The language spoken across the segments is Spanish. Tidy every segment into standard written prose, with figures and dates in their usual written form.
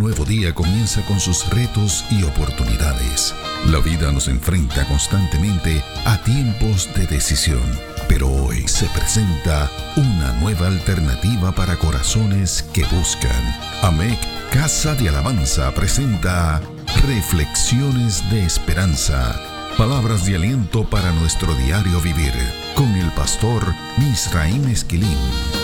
nuevo día comienza con sus retos y oportunidades. La vida nos enfrenta constantemente a tiempos de decisión, pero hoy se presenta una nueva alternativa para corazones que buscan. AMEC Casa de Alabanza presenta Reflexiones de Esperanza. Palabras de aliento para nuestro diario vivir, con el pastor Misraim Esquilín.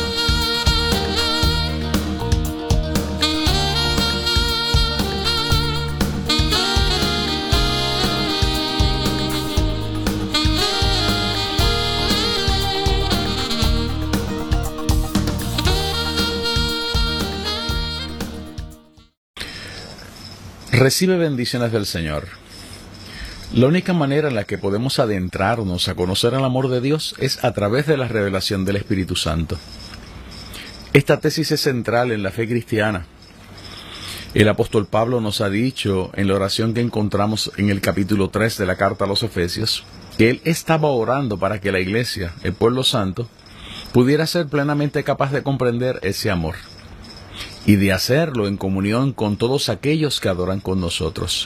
Recibe bendiciones del Señor. La única manera en la que podemos adentrarnos a conocer el amor de Dios es a través de la revelación del Espíritu Santo. Esta tesis es central en la fe cristiana. El apóstol Pablo nos ha dicho en la oración que encontramos en el capítulo 3 de la carta a los Efesios, que él estaba orando para que la iglesia, el pueblo santo, pudiera ser plenamente capaz de comprender ese amor y de hacerlo en comunión con todos aquellos que adoran con nosotros.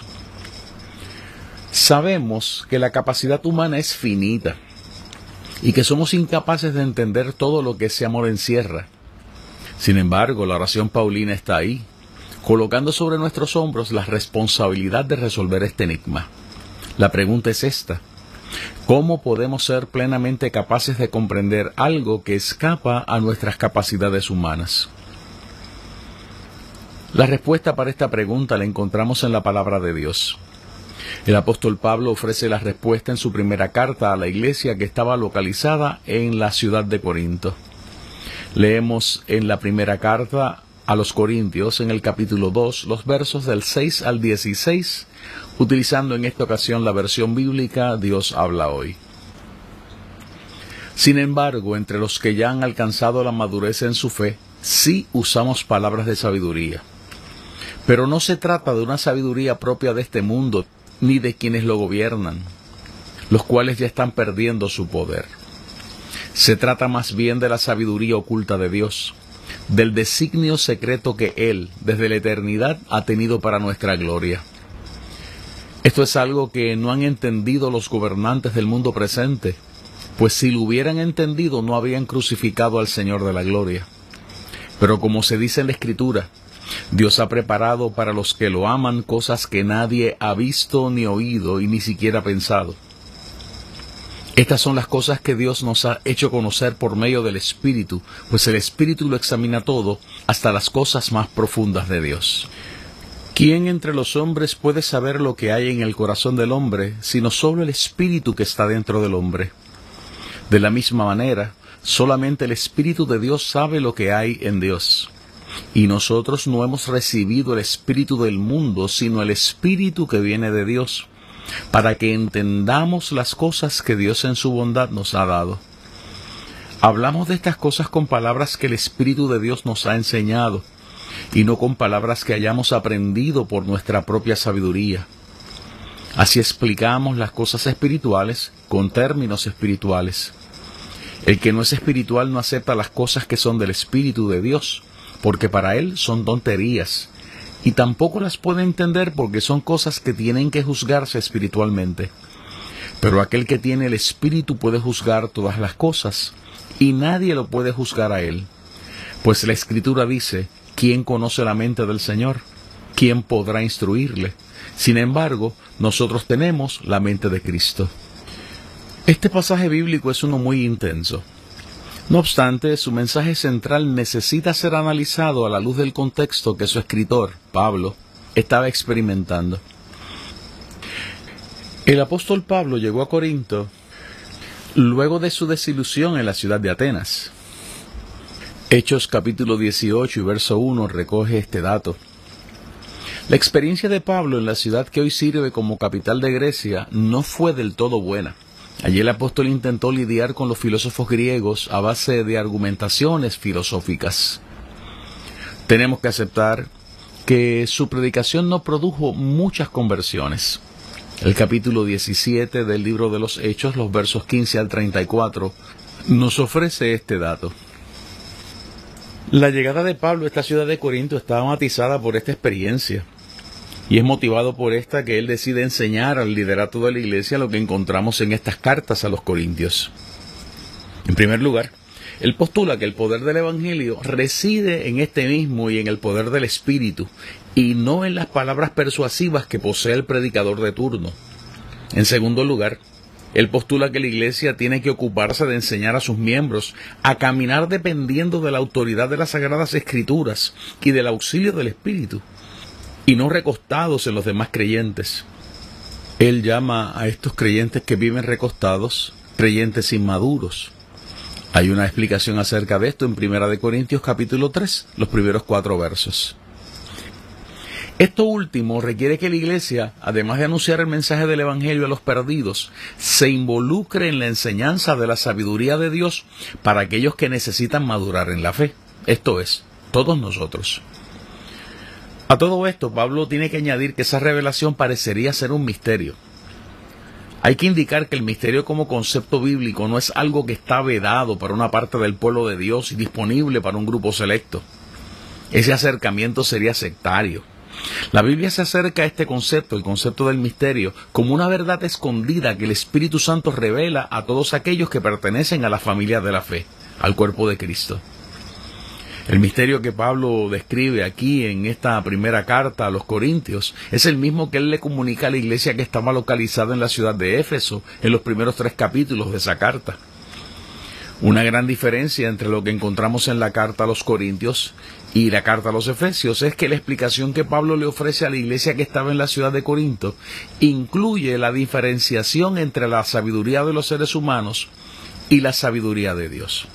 Sabemos que la capacidad humana es finita y que somos incapaces de entender todo lo que ese amor encierra. Sin embargo, la oración paulina está ahí, colocando sobre nuestros hombros la responsabilidad de resolver este enigma. La pregunta es esta: ¿cómo podemos ser plenamente capaces de comprender algo que escapa a nuestras capacidades humanas? La respuesta para esta pregunta la encontramos en la palabra de Dios. El apóstol Pablo ofrece la respuesta en su primera carta a la iglesia que estaba localizada en la ciudad de Corinto. Leemos en la primera carta a los Corintios, en el capítulo 2, los versos del 6 al 16, utilizando en esta ocasión la versión bíblica Dios habla hoy. Sin embargo, entre los que ya han alcanzado la madurez en su fe, sí usamos palabras de sabiduría. Pero no se trata de una sabiduría propia de este mundo, ni de quienes lo gobiernan, los cuales ya están perdiendo su poder. Se trata más bien de la sabiduría oculta de Dios, del designio secreto que Él, desde la eternidad, ha tenido para nuestra gloria. Esto es algo que no han entendido los gobernantes del mundo presente, pues si lo hubieran entendido no habrían crucificado al Señor de la gloria. Pero como se dice en la Escritura, Dios ha preparado para los que lo aman cosas que nadie ha visto ni oído y ni siquiera pensado. Estas son las cosas que Dios nos ha hecho conocer por medio del Espíritu, pues el Espíritu lo examina todo, hasta las cosas más profundas de Dios. ¿Quién entre los hombres puede saber lo que hay en el corazón del hombre, sino solo el Espíritu que está dentro del hombre? De la misma manera, solamente el Espíritu de Dios sabe lo que hay en Dios. Y nosotros no hemos recibido el espíritu del mundo, sino el Espíritu que viene de Dios, para que entendamos las cosas que Dios en su bondad nos ha dado. Hablamos de estas cosas con palabras que el Espíritu de Dios nos ha enseñado, y no con palabras que hayamos aprendido por nuestra propia sabiduría. Así explicamos las cosas espirituales con términos espirituales. El que no es espiritual no acepta las cosas que son del Espíritu de Dios, porque para él son tonterías, y tampoco las puede entender porque son cosas que tienen que juzgarse espiritualmente. Pero aquel que tiene el Espíritu puede juzgar todas las cosas, y nadie lo puede juzgar a él. Pues la Escritura dice: ¿quién conoce la mente del Señor? ¿Quién podrá instruirle? Sin embargo, nosotros tenemos la mente de Cristo. Este pasaje bíblico es uno muy intenso. No obstante, su mensaje central necesita ser analizado a la luz del contexto que su escritor, Pablo, estaba experimentando. El apóstol Pablo llegó a Corinto luego de su desilusión en la ciudad de Atenas. Hechos capítulo 18 y verso 1 recoge este dato. La experiencia de Pablo en la ciudad que hoy sirve como capital de Grecia no fue del todo buena. Allí el apóstol intentó lidiar con los filósofos griegos a base de argumentaciones filosóficas. Tenemos que aceptar que su predicación no produjo muchas conversiones. El capítulo 17 del libro de los Hechos, los versos 15 al 34, nos ofrece este dato. La llegada de Pablo a esta ciudad de Corinto estaba matizada por esta experiencia. Y es motivado por esta que él decide enseñar al liderato de la iglesia lo que encontramos en estas cartas a los corintios. En primer lugar, él postula que el poder del Evangelio reside en este mismo y en el poder del Espíritu, y no en las palabras persuasivas que posee el predicador de turno. En segundo lugar, él postula que la iglesia tiene que ocuparse de enseñar a sus miembros a caminar dependiendo de la autoridad de las Sagradas Escrituras y del auxilio del Espíritu, y no recostados en los demás creyentes. Él llama a estos creyentes que viven recostados creyentes inmaduros. Hay una explicación acerca de esto en 1 Corintios capítulo 3, los primeros 4 versos. Esto último requiere que la iglesia, además de anunciar el mensaje del Evangelio a los perdidos, se involucre en la enseñanza de la sabiduría de Dios para aquellos que necesitan madurar en la fe. Esto es, todos nosotros. A todo esto, Pablo tiene que añadir que esa revelación parecería ser un misterio. Hay que indicar que el misterio como concepto bíblico no es algo que está vedado para una parte del pueblo de Dios y disponible para un grupo selecto. Ese acercamiento sería sectario. La Biblia se acerca a este concepto, el concepto del misterio, como una verdad escondida que el Espíritu Santo revela a todos aquellos que pertenecen a la familia de la fe, al cuerpo de Cristo. El misterio que Pablo describe aquí en esta primera carta a los Corintios es el mismo que él le comunica a la iglesia que estaba localizada en la ciudad de Éfeso en los primeros 3 capítulos de esa carta. Una gran diferencia entre lo que encontramos en la carta a los Corintios y la carta a los Efesios es que la explicación que Pablo le ofrece a la iglesia que estaba en la ciudad de Corinto incluye la diferenciación entre la sabiduría de los seres humanos y la sabiduría de Dios.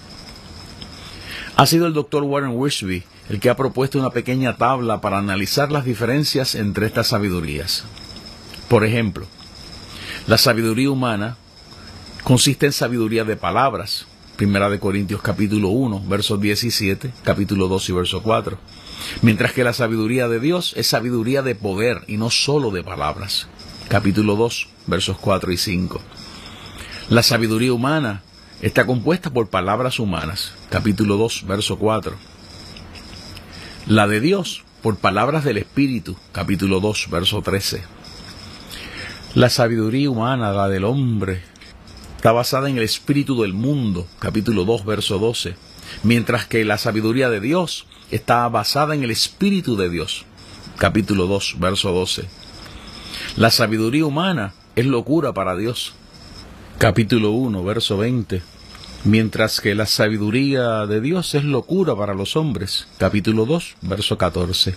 Ha sido el Dr. Warren Wiersbe el que ha propuesto una pequeña tabla para analizar las diferencias entre estas sabidurías. Por ejemplo, la sabiduría humana consiste en sabiduría de palabras, 1 Corintios capítulo 1, versos 17, capítulo 2 y verso 4, mientras que la sabiduría de Dios es sabiduría de poder y no solo de palabras, capítulo 2, versos 4 y 5. La sabiduría humana está compuesta por palabras humanas, capítulo 2, verso 4. La de Dios, por palabras del Espíritu, capítulo 2, verso 13. La sabiduría humana, la del hombre, está basada en el espíritu del mundo, capítulo 2, verso 12, mientras que la sabiduría de Dios está basada en el Espíritu de Dios, capítulo 2, verso 12. La sabiduría humana es locura para Dios, capítulo 1, verso 20, mientras que la sabiduría de Dios es locura para los hombres, capítulo 2, verso 14.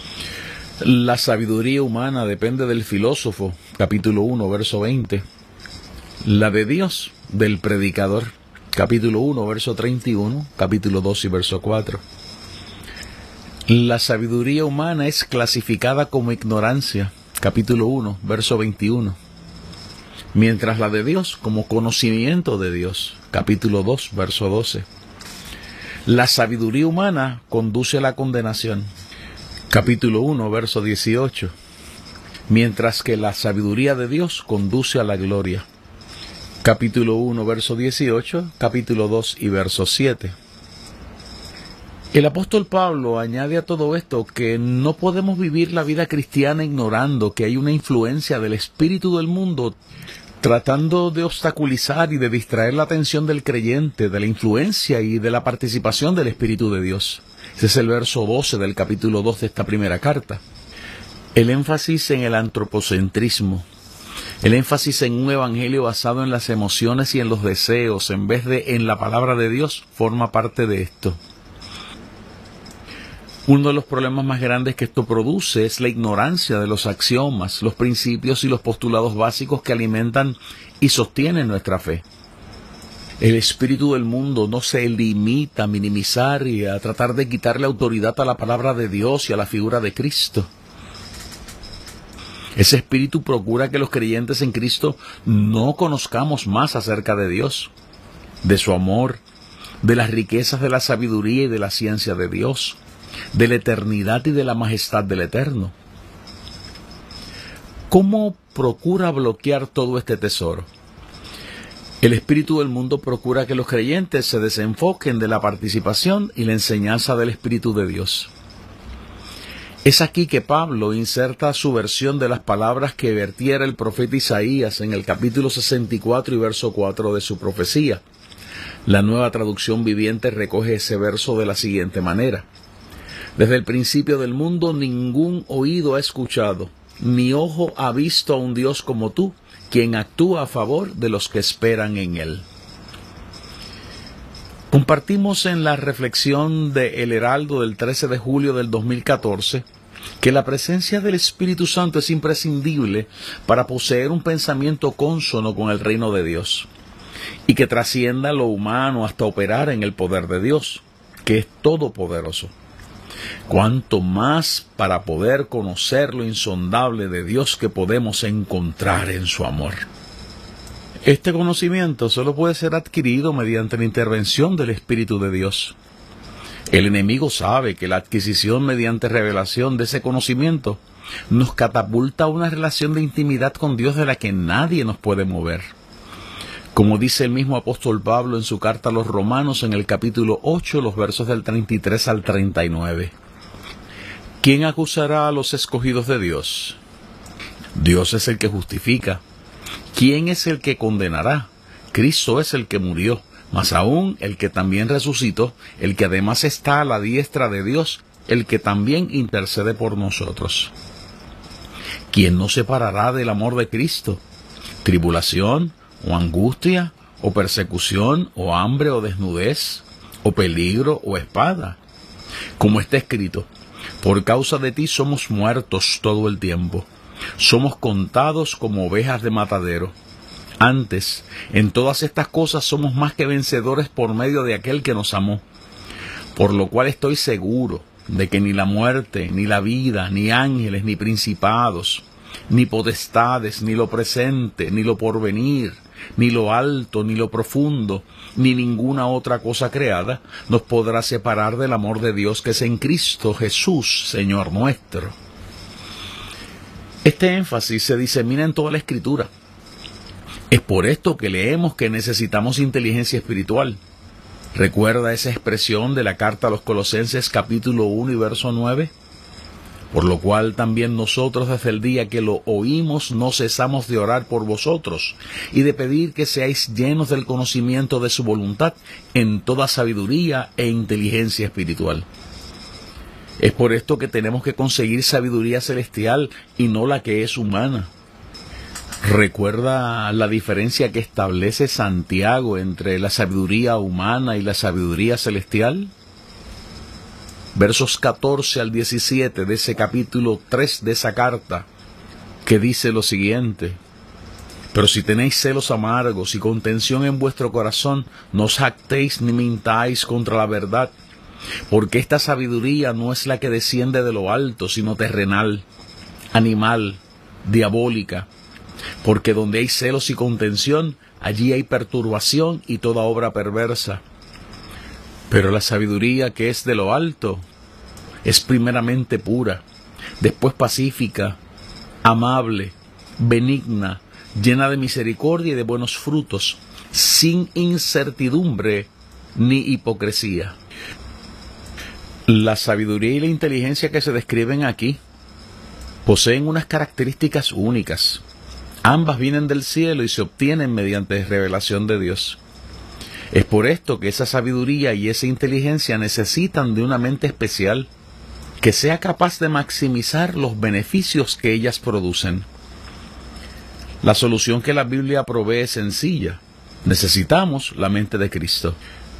La sabiduría humana depende del filósofo, capítulo 1, verso 20. La de Dios, del predicador, capítulo 1, verso 31, capítulo 2 y verso 4. La sabiduría humana es clasificada como ignorancia, capítulo 1, verso 21. Mientras la de Dios como conocimiento de Dios, capítulo 2, verso 12. La sabiduría humana conduce a la condenación, capítulo 1, verso 18. Mientras que la sabiduría de Dios conduce a la gloria, capítulo 1, verso 18, capítulo 2 y verso 7. El apóstol Pablo añade a todo esto que no podemos vivir la vida cristiana ignorando que hay una influencia del espíritu del mundo tratando de obstaculizar y de distraer la atención del creyente de la influencia y de la participación del Espíritu de Dios. Ese es el verso 12 del capítulo 2 de esta primera carta. El énfasis en el antropocentrismo, el énfasis en un evangelio basado en las emociones y en los deseos en vez de en la palabra de Dios forma parte de esto. Uno de los problemas más grandes que esto produce es la ignorancia de los axiomas, los principios y los postulados básicos que alimentan y sostienen nuestra fe. El espíritu del mundo no se limita a minimizar y a tratar de quitarle autoridad a la palabra de Dios y a la figura de Cristo. Ese espíritu procura que los creyentes en Cristo no conozcamos más acerca de Dios, de su amor, de las riquezas de la sabiduría y de la ciencia de Dios, de la eternidad y de la majestad del Eterno. ¿Cómo procura bloquear todo este tesoro? El espíritu del mundo procura que los creyentes se desenfoquen de la participación y la enseñanza del Espíritu de Dios. Es aquí que Pablo inserta su versión de las palabras que vertiera el profeta Isaías en el capítulo 64 y verso 4 de su profecía. La Nueva Traducción Viviente recoge ese verso de la siguiente manera: Desde el principio del mundo ningún oído ha escuchado, ni ojo ha visto a un Dios como tú, quien actúa a favor de los que esperan en Él. Compartimos en la reflexión de El Heraldo del 13 de julio del 2014 que la presencia del Espíritu Santo es imprescindible para poseer un pensamiento cónsono con el reino de Dios y que trascienda lo humano hasta operar en el poder de Dios, que es todopoderoso. Cuanto más para poder conocer lo insondable de Dios que podemos encontrar en su amor. Este conocimiento solo puede ser adquirido mediante la intervención del Espíritu de Dios. El enemigo sabe que la adquisición mediante revelación de ese conocimiento nos catapulta a una relación de intimidad con Dios de la que nadie nos puede mover. Como dice el mismo apóstol Pablo en su carta a los Romanos en el capítulo 8, los versos del 33 al 39. ¿Quién acusará a los escogidos de Dios? Dios es el que justifica. ¿Quién es el que condenará? Cristo es el que murió, mas aún el que también resucitó, el que además está a la diestra de Dios, el que también intercede por nosotros. ¿Quién nos separará del amor de Cristo? ¿Tribulación, o angustia, o persecución, o hambre, o desnudez, o peligro, o espada? Como está escrito: por causa de ti somos muertos todo el tiempo. Somos contados como ovejas de matadero. Antes, en todas estas cosas somos más que vencedores por medio de aquel que nos amó. Por lo cual estoy seguro de que ni la muerte, ni la vida, ni ángeles, ni principados, ni potestades, ni lo presente, ni lo porvenir, ni lo alto, ni lo profundo, ni ninguna otra cosa creada nos podrá separar del amor de Dios que es en Cristo Jesús, Señor nuestro. Este énfasis se disemina en toda la Escritura. Es por esto que leemos que necesitamos inteligencia espiritual. ¿Recuerda esa expresión de la carta a los Colosenses capítulo 1 y verso 9? Por lo cual también nosotros desde el día que lo oímos no cesamos de orar por vosotros y de pedir que seáis llenos del conocimiento de su voluntad en toda sabiduría e inteligencia espiritual. Es por esto que tenemos que conseguir sabiduría celestial y no la que es humana. ¿Recuerda la diferencia que establece Santiago entre la sabiduría humana y la sabiduría celestial? Versos 14 al 17 de ese capítulo 3 de esa carta, que dice lo siguiente: pero si tenéis celos amargos y contención en vuestro corazón, no os jactéis ni mintáis contra la verdad, porque esta sabiduría no es la que desciende de lo alto, sino terrenal, animal, diabólica. Porque donde hay celos y contención, allí hay perturbación y toda obra perversa. Pero la sabiduría que es de lo alto es primeramente pura, después pacífica, amable, benigna, llena de misericordia y de buenos frutos, sin incertidumbre ni hipocresía. La sabiduría y la inteligencia que se describen aquí poseen unas características únicas. Ambas vienen del cielo y se obtienen mediante revelación de Dios. Es por esto que esa sabiduría y esa inteligencia necesitan de una mente especial que sea capaz de maximizar los beneficios que ellas producen. La solución que la Biblia provee es sencilla. Necesitamos la mente de Cristo.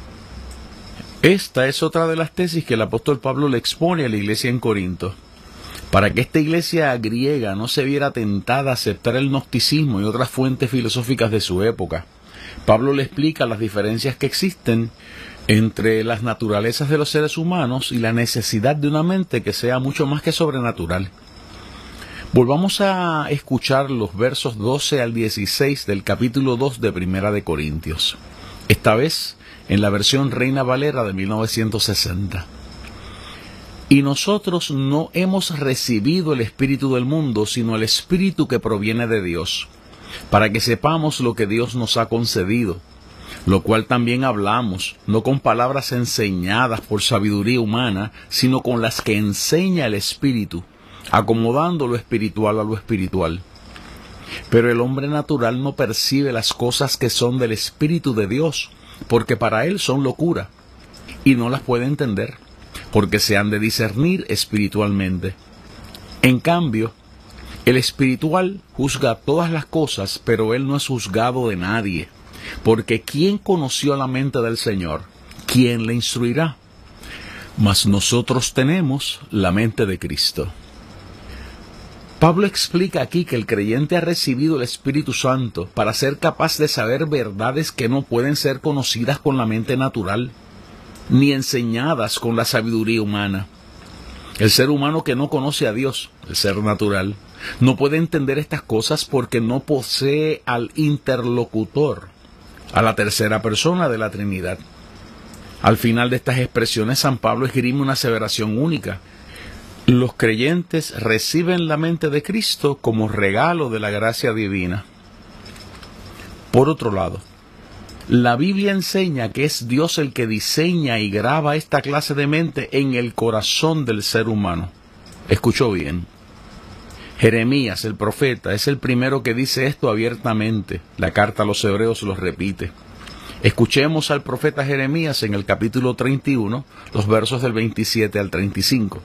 Esta es otra de las tesis que el apóstol Pablo le expone a la iglesia en Corinto. Para que esta iglesia griega no se viera tentada a aceptar el gnosticismo y otras fuentes filosóficas de su época, Pablo le explica las diferencias que existen entre las naturalezas de los seres humanos y la necesidad de una mente que sea mucho más que sobrenatural. Volvamos a escuchar los versos 12 al 16 del capítulo 2 de Primera de Corintios, esta vez en la versión Reina Valera de 1960. Y nosotros no hemos recibido el espíritu del mundo, sino el espíritu que proviene de Dios, para que sepamos lo que Dios nos ha concedido, lo cual también hablamos, no con palabras enseñadas por sabiduría humana, sino con las que enseña el Espíritu, acomodando lo espiritual a lo espiritual. Pero el hombre natural no percibe las cosas que son del Espíritu de Dios, porque para él son locura, y no las puede entender, porque se han de discernir espiritualmente. En cambio, el espiritual juzga todas las cosas, pero él no es juzgado de nadie, porque ¿quién conoció la mente del Señor? ¿Quién le instruirá? Mas nosotros tenemos la mente de Cristo. Pablo explica aquí que el creyente ha recibido el Espíritu Santo para ser capaz de saber verdades que no pueden ser conocidas con la mente natural, ni enseñadas con la sabiduría humana. El ser humano que no conoce a Dios, el ser natural, no puede entender estas cosas porque no posee al interlocutor, a la tercera persona de la Trinidad. Al final de estas expresiones, San Pablo esgrime una aseveración única. Los creyentes reciben la mente de Cristo como regalo de la gracia divina. Por otro lado, la Biblia enseña que es Dios el que diseña y graba esta clase de mente en el corazón del ser humano. Escuchó bien. Jeremías, el profeta, es el primero que dice esto abiertamente. La carta a los Hebreos lo repite. Escuchemos al profeta Jeremías en el capítulo 31, los versos del 27 al 35.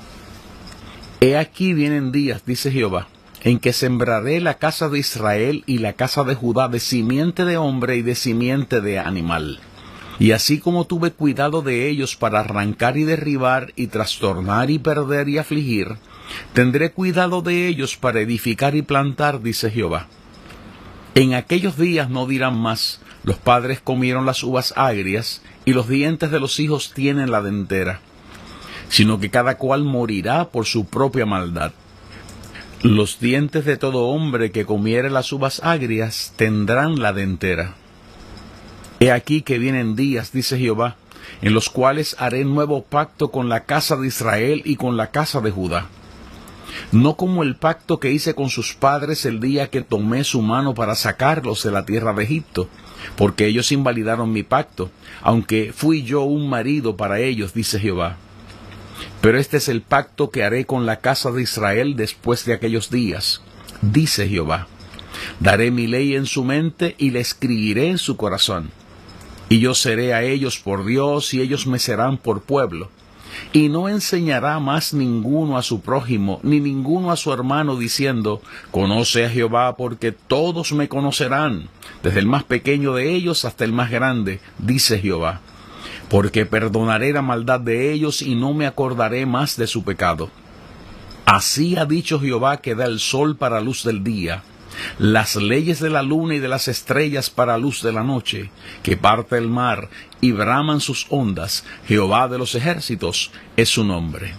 He aquí vienen días, dice Jehová, en que sembraré la casa de Israel y la casa de Judá de simiente de hombre y de simiente de animal. Y así como tuve cuidado de ellos para arrancar y derribar y trastornar y perder y afligir, tendré cuidado de ellos para edificar y plantar, dice Jehová. En aquellos días no dirán más, los padres comieron las uvas agrias y los dientes de los hijos tienen la dentera, sino que cada cual morirá por su propia maldad. Los dientes de todo hombre que comiere las uvas agrias tendrán la dentera. He aquí que vienen días, dice Jehová, en los cuales haré nuevo pacto con la casa de Israel y con la casa de Judá. No como el pacto que hice con sus padres el día que tomé su mano para sacarlos de la tierra de Egipto, porque ellos invalidaron mi pacto, aunque fui yo un marido para ellos, dice Jehová. Pero este es el pacto que haré con la casa de Israel después de aquellos días, dice Jehová. Daré mi ley en su mente y la escribiré en su corazón. Y yo seré a ellos por Dios y ellos me serán por pueblo. Y no enseñará más ninguno a su prójimo, ni ninguno a su hermano, diciendo, conoce a Jehová, porque todos me conocerán, desde el más pequeño de ellos hasta el más grande, dice Jehová. Porque perdonaré la maldad de ellos y no me acordaré más de su pecado. Así ha dicho Jehová, que da el sol para luz del día, las leyes de la luna y de las estrellas para luz de la noche, que parte el mar y braman sus ondas. Jehová de los ejércitos es su nombre.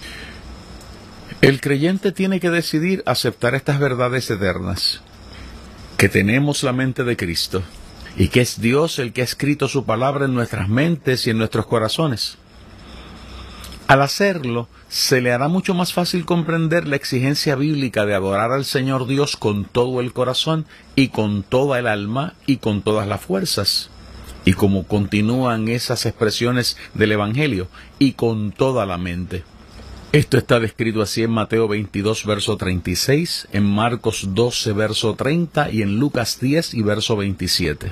El creyente tiene que decidir aceptar estas verdades eternas, que tenemos la mente de Cristo, y que es Dios el que ha escrito su palabra en nuestras mentes y en nuestros corazones. Al hacerlo, se le hará mucho más fácil comprender la exigencia bíblica de adorar al Señor Dios con todo el corazón y con toda el alma y con todas las fuerzas. Y como continúan esas expresiones del Evangelio, y con toda la mente. Esto está descrito así en Mateo 22, verso 36, en Marcos 12, verso 30 y en Lucas 10 y verso 27.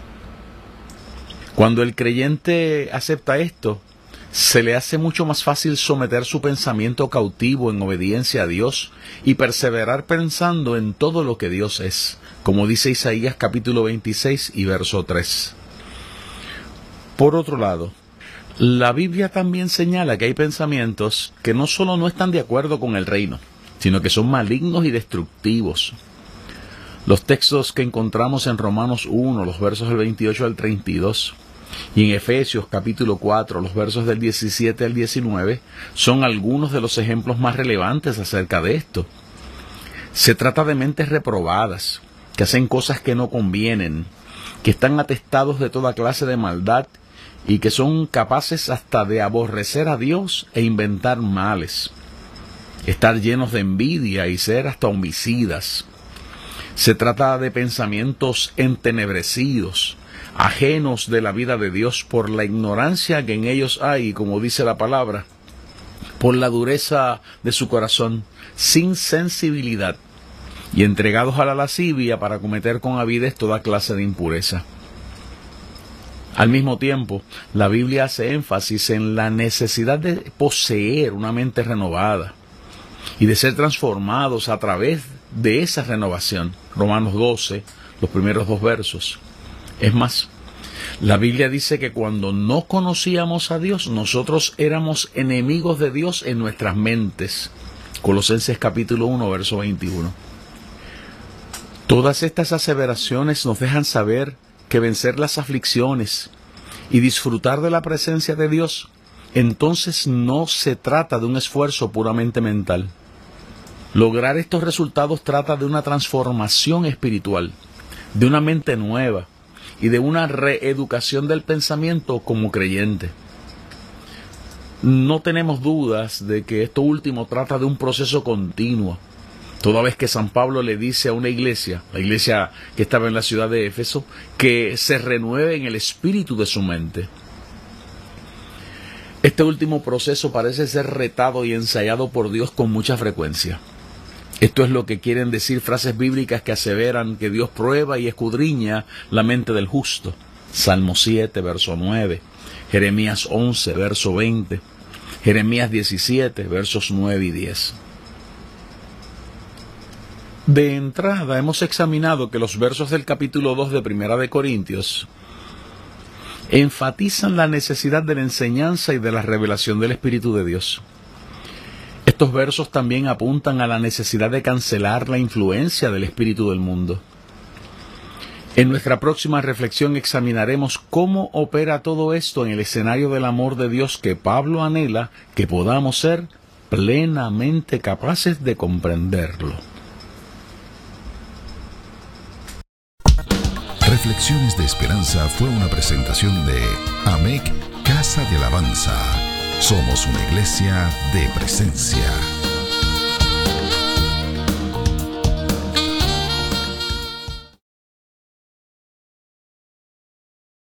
Cuando el creyente acepta esto, se le hace mucho más fácil someter su pensamiento cautivo en obediencia a Dios y perseverar pensando en todo lo que Dios es, como dice Isaías capítulo 26 y verso 3. Por otro lado, la Biblia también señala que hay pensamientos que no solo no están de acuerdo con el reino, sino que son malignos y destructivos. Los textos que encontramos en Romanos 1, los versos del 28 al 32, y en Efesios capítulo 4, los versos del 17 al 19, son algunos de los ejemplos más relevantes acerca de esto. Se trata de mentes reprobadas, que hacen cosas que no convienen, que están atestados de toda clase de maldad y que son capaces hasta de aborrecer a Dios e inventar males, estar llenos de envidia y ser hasta homicidas. Se trata de pensamientos entenebrecidos, ajenos de la vida de Dios por la ignorancia que en ellos hay, como dice la palabra, por la dureza de su corazón, sin sensibilidad, y entregados a la lascivia para cometer con avidez toda clase de impureza. Al mismo tiempo, la Biblia hace énfasis en la necesidad de poseer una mente renovada y de ser transformados a través de esa renovación. Romanos 12, los primeros 2 versos. Es más, la Biblia dice que cuando no conocíamos a Dios, nosotros éramos enemigos de Dios en nuestras mentes. Colosenses capítulo 1, verso 21. Todas estas aseveraciones nos dejan saber que vencer las aflicciones y disfrutar de la presencia de Dios, entonces no se trata de un esfuerzo puramente mental. Lograr estos resultados trata de una transformación espiritual, de una mente nueva y de una reeducación del pensamiento como creyente. No tenemos dudas de que esto último trata de un proceso continuo, toda vez que San Pablo le dice a una iglesia, la iglesia que estaba en la ciudad de Éfeso, que se renueve en el espíritu de su mente. Este último proceso parece ser retado y ensayado por Dios con mucha frecuencia. Esto es lo que quieren decir frases bíblicas que aseveran que Dios prueba y escudriña la mente del justo. Salmo 7, verso 9, Jeremías 11, verso 20, Jeremías 17, versos 9 y 10. De entrada hemos examinado que los versos del capítulo 2 de Primera de Corintios enfatizan la necesidad de la enseñanza y de la revelación del Espíritu de Dios. Estos versos también apuntan a la necesidad de cancelar la influencia del espíritu del mundo. En nuestra próxima reflexión examinaremos cómo opera todo esto en el escenario del amor de Dios que Pablo anhela que podamos ser plenamente capaces de comprenderlo. Reflexiones de Esperanza fue una presentación de AMEC Casa de Alabanza. Somos una iglesia de presencia.